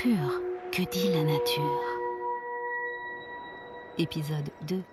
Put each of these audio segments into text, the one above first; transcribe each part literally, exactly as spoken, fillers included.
Pur, que dit la nature? Épisode deux.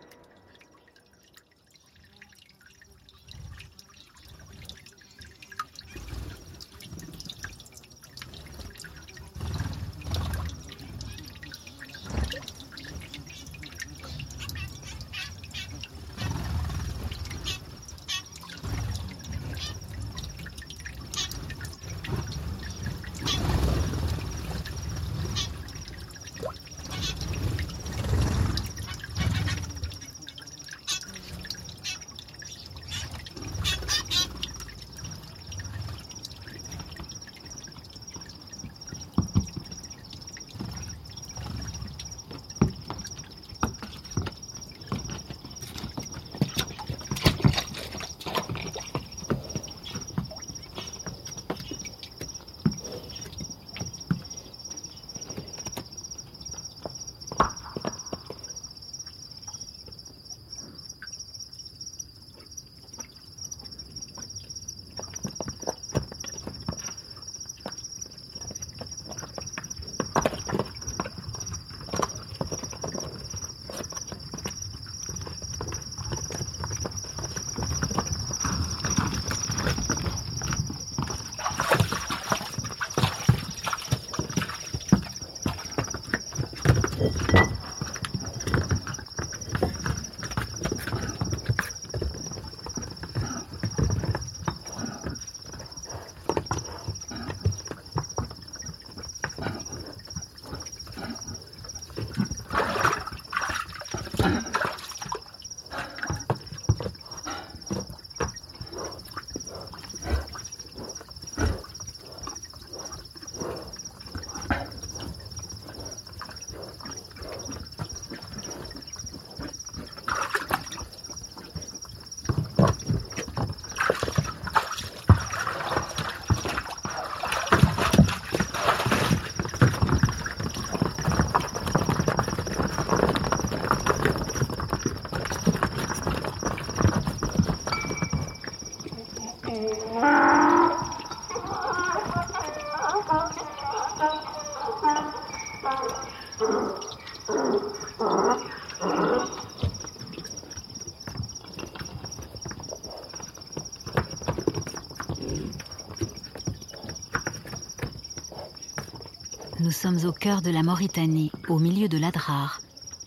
Nous sommes au cœur de la Mauritanie, au milieu de l'Adrar.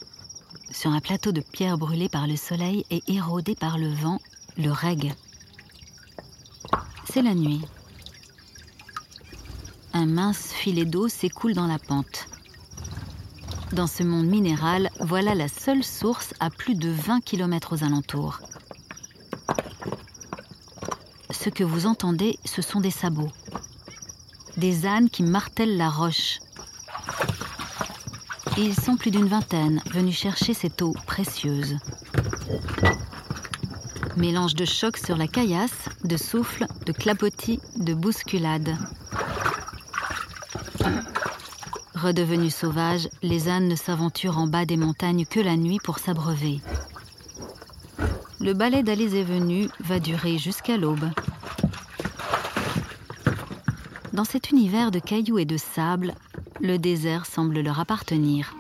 Sur un plateau de pierre brûlée par le soleil et érodé par le vent, le Reg. C'est la nuit. Un mince filet d'eau s'écoule dans la pente. Dans ce monde minéral, voilà la seule source à plus de vingt kilomètres aux alentours. Ce que vous entendez, ce sont des sabots. Des ânes qui martèlent la roche. Ils sont plus d'une vingtaine venus chercher cette eau précieuse. Mélange de choc sur la caillasse, de souffle, de clapotis, de bousculade. Redevenus sauvages, les ânes ne s'aventurent en bas des montagnes que la nuit pour s'abreuver. Le balai d'allées et venues va durer jusqu'à l'aube. Dans cet univers de cailloux et de sable, le désert semble leur appartenir.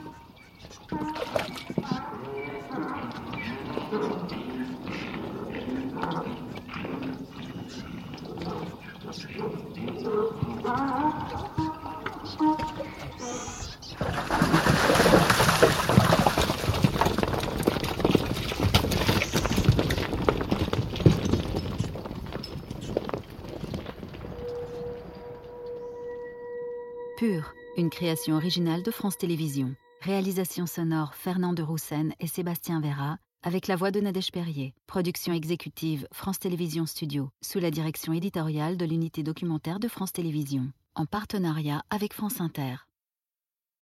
Pur, une création originale de France Télévisions. Réalisation sonore Fernand de Roussen et Sébastien Vera, avec la voix de Nadège Perrier. Production exécutive France Télévisions Studio, sous la direction éditoriale de l'unité documentaire de France Télévisions, en partenariat avec France Inter.